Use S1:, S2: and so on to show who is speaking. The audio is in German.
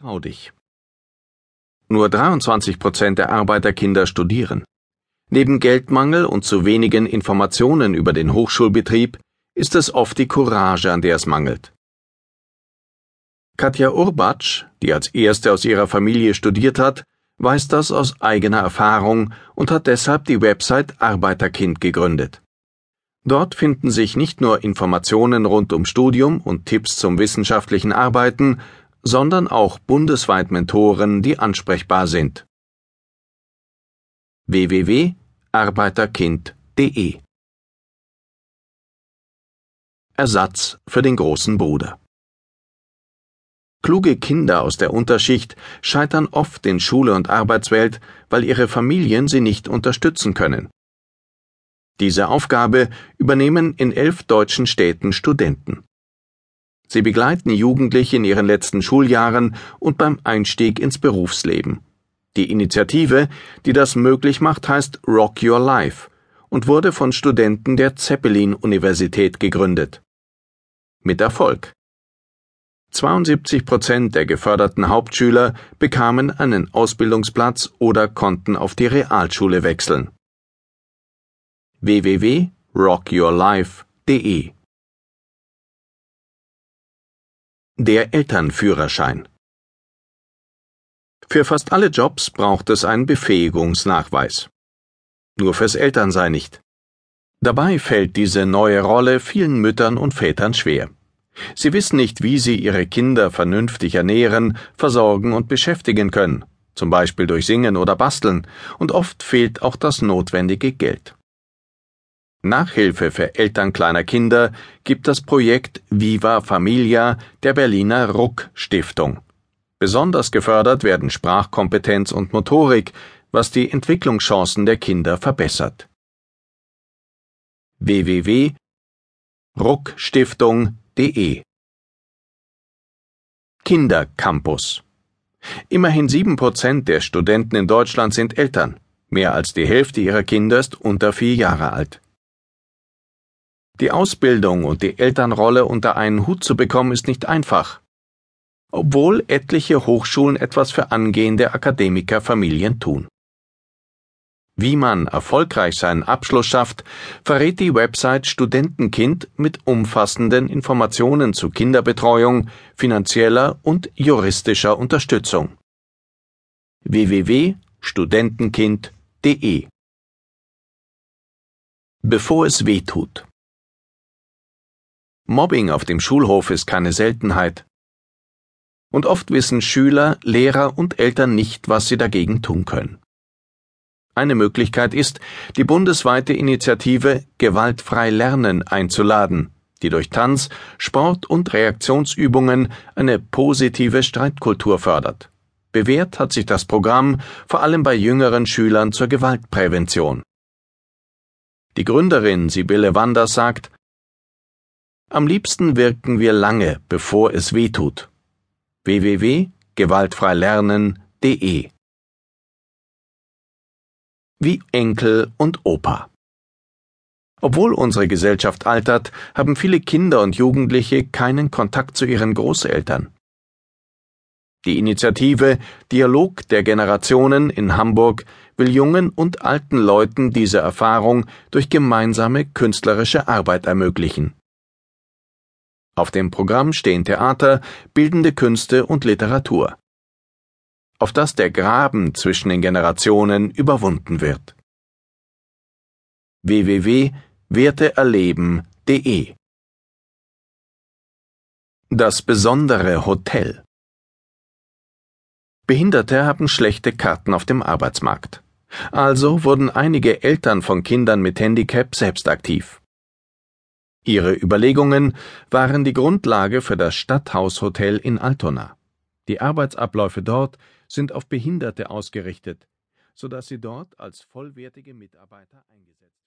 S1: Trau dich. Nur 23% der Arbeiterkinder studieren. Neben Geldmangel und zu wenigen Informationen über den Hochschulbetrieb ist es oft die Courage, an der es mangelt. Katja Urbatsch, die als erste aus ihrer Familie studiert hat, weiß das aus eigener Erfahrung und hat deshalb die Website Arbeiterkind gegründet. Dort finden sich nicht nur Informationen rund ums Studium und Tipps zum wissenschaftlichen Arbeiten, sondern auch bundesweit Mentoren, die ansprechbar sind. www.arbeiterkind.de Ersatz für den großen Bruder. Kluge Kinder aus der Unterschicht scheitern oft in Schule und Arbeitswelt, weil ihre Familien sie nicht unterstützen können. Diese Aufgabe übernehmen in 11 deutschen Städten Studenten. Sie begleiten Jugendliche in ihren letzten Schuljahren und beim Einstieg ins Berufsleben. Die Initiative, die das möglich macht, heißt Rock Your Life und wurde von Studenten der Zeppelin-Universität gegründet. Mit Erfolg. 72% der geförderten Hauptschüler bekamen einen Ausbildungsplatz oder konnten auf die Realschule wechseln. www.rockyourlife.de Der Elternführerschein. Für fast alle Jobs braucht es einen Befähigungsnachweis. Nur fürs Elternsein nicht. Dabei fällt diese neue Rolle vielen Müttern und Vätern schwer. Sie wissen nicht, wie sie ihre Kinder vernünftig ernähren, versorgen und beschäftigen können, zum Beispiel durch Singen oder Basteln, und oft fehlt auch das notwendige Geld. Nachhilfe für Eltern kleiner Kinder gibt das Projekt Viva Familia der Berliner Ruck-Stiftung. Besonders gefördert werden Sprachkompetenz und Motorik, was die Entwicklungschancen der Kinder verbessert. www.ruckstiftung.de Kindercampus. Immerhin 7% der Studenten in Deutschland sind Eltern. Mehr als die Hälfte ihrer Kinder ist unter 4 Jahre alt. Die Ausbildung und die Elternrolle unter einen Hut zu bekommen, ist nicht einfach. Obwohl etliche Hochschulen etwas für angehende Akademikerfamilien tun. Wie man erfolgreich seinen Abschluss schafft, verrät die Website Studentenkind mit umfassenden Informationen zu Kinderbetreuung, finanzieller und juristischer Unterstützung. www.studentenkind.de Bevor es weh tut. Mobbing auf dem Schulhof ist keine Seltenheit. Und oft wissen Schüler, Lehrer und Eltern nicht, was sie dagegen tun können. Eine Möglichkeit ist, die bundesweite Initiative Gewaltfrei Lernen einzuladen, die durch Tanz, Sport und Reaktionsübungen eine positive Streitkultur fördert. Bewährt hat sich das Programm vor allem bei jüngeren Schülern zur Gewaltprävention. Die Gründerin Sibylle Wanders sagt: Am liebsten wirken wir lange, bevor es weh tut. www.gewaltfreilernen.de Wie Enkel und Opa. Obwohl unsere Gesellschaft altert, haben viele Kinder und Jugendliche keinen Kontakt zu ihren Großeltern. Die Initiative Dialog der Generationen in Hamburg will jungen und alten Leuten diese Erfahrung durch gemeinsame künstlerische Arbeit ermöglichen. Auf dem Programm stehen Theater, bildende Künste und Literatur, auf das der Graben zwischen den Generationen überwunden wird. www.werteerleben.de Das besondere Hotel. Behinderte haben schlechte Karten auf dem Arbeitsmarkt. Also wurden einige Eltern von Kindern mit Handicap selbst aktiv. Ihre Überlegungen waren die Grundlage für das Stadthaushotel in Altona. Die Arbeitsabläufe dort sind auf Behinderte ausgerichtet, sodass sie dort als vollwertige Mitarbeiter eingesetzt werden.